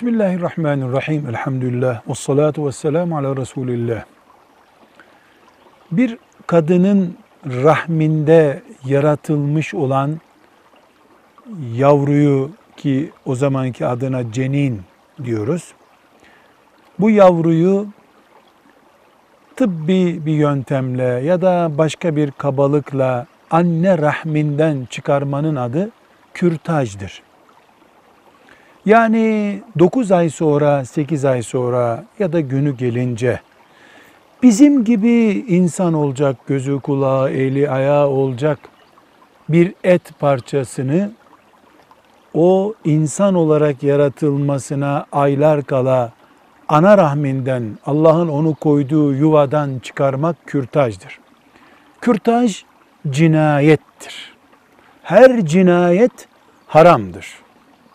Bismillahirrahmanirrahim. Elhamdülillah. Vessalatu vesselamu ala Resulillah. Bir kadının rahminde yaratılmış olan yavruyu, ki o zamanki adına cenin diyoruz. Bu yavruyu tıbbi bir yöntemle ya da başka bir kabalıkla anne rahminden çıkarmanın adı kürtajdır. Yani 9 ay sonra, 8 ay sonra ya da günü gelince bizim gibi insan olacak, gözü, kulağı, eli, ayağı olacak bir et parçasını o insan olarak yaratılmasına aylar kala ana rahminden, Allah'ın onu koyduğu yuvadan çıkarmak kürtajdır. Kürtaj cinayettir. Her cinayet haramdır.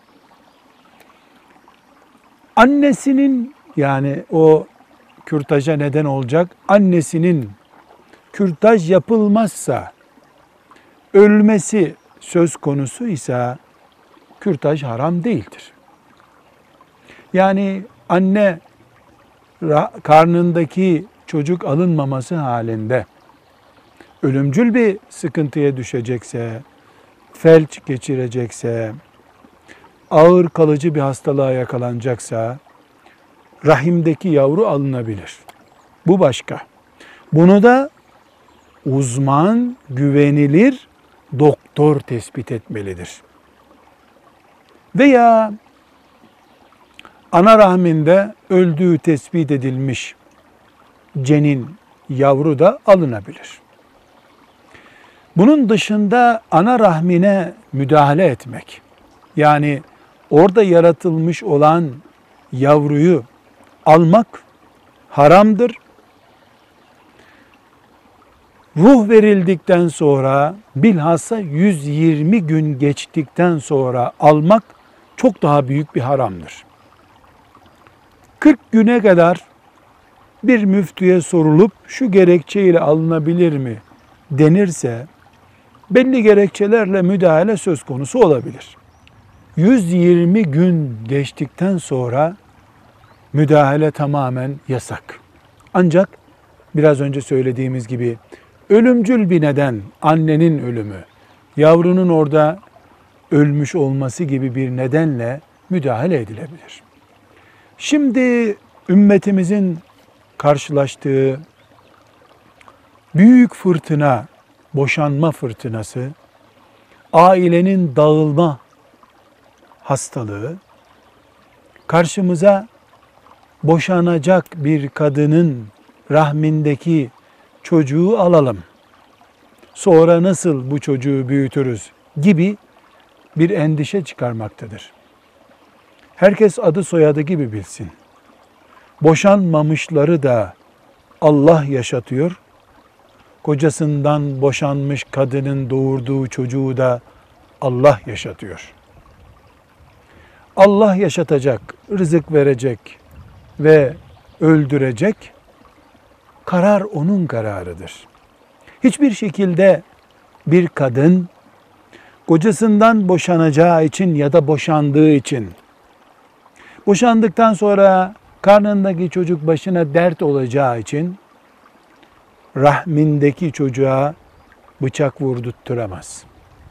Annesinin, yani o kürtaja neden olacak annesinin kürtaj yapılmazsa ölmesi söz konusu ise kürtaj haram değildir. Yani anne karnındaki çocuk alınmaması halinde ölümcül bir sıkıntıya düşecekse, felç geçirecekse, ağır kalıcı bir hastalığa yakalanacaksa rahimdeki yavru alınabilir. Bu başka. Bunu da uzman, güvenilir doktor tespit etmelidir. Veya ana rahminde öldüğü tespit edilmiş cenin yavru da alınabilir. Bunun dışında ana rahmine müdahale etmek, yani orada yaratılmış olan yavruyu almak haramdır. Ruh verildikten sonra, bilhassa 120 gün geçtikten sonra almak çok daha büyük bir haramdır. 40 güne kadar bir müftüye sorulup şu gerekçeyle alınabilir mi denirse belli gerekçelerle müdahale söz konusu olabilir. 120 gün geçtikten sonra müdahale tamamen yasak. Ancak biraz önce söylediğimiz gibi ölümcül bir neden, annenin ölümü, yavrunun orada ölmüş olması gibi bir nedenle müdahale edilebilir. Şimdi ümmetimizin karşılaştığı büyük fırtına, boşanma fırtınası, ailenin dağılma hastalığı, karşımıza boşanacak bir kadının rahmindeki çocuğu alalım, sonra nasıl bu çocuğu büyütürüz gibi bir endişe çıkarmaktadır. Herkes adı soyadı gibi bilsin. Boşanmamışları da Allah yaşatıyor, kocasından boşanmış kadının doğurduğu çocuğu da Allah yaşatıyor. Allah yaşatacak, rızık verecek ve öldürecek, karar onun kararıdır. Hiçbir şekilde bir kadın kocasından boşanacağı için ya da boşandığı için, boşandıktan sonra karnındaki çocuk başına dert olacağı için rahmindeki çocuğa bıçak vurdurtturamaz.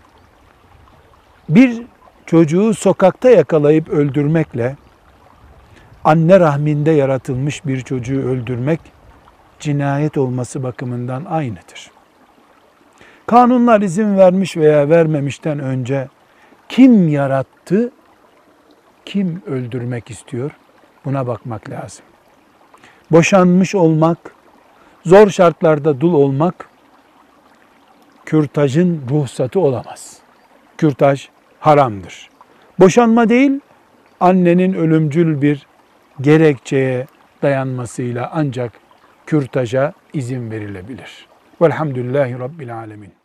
Bir çocuğu sokakta yakalayıp öldürmekle anne rahminde yaratılmış bir çocuğu öldürmek cinayet olması bakımından aynıdır. Kanunlar izin vermiş veya vermemişten önce kim yarattı, kim öldürmek istiyor, buna bakmak lazım. Boşanmış olmak, zor şartlarda dul olmak kürtajın ruhsatı olamaz. Kürtaj haramdır. Boşanma değil, annenin ölümcül bir gerekçeye dayanmasıyla ancak kürtaja izin verilebilir. Velhamdülillahi Rabbil alemin.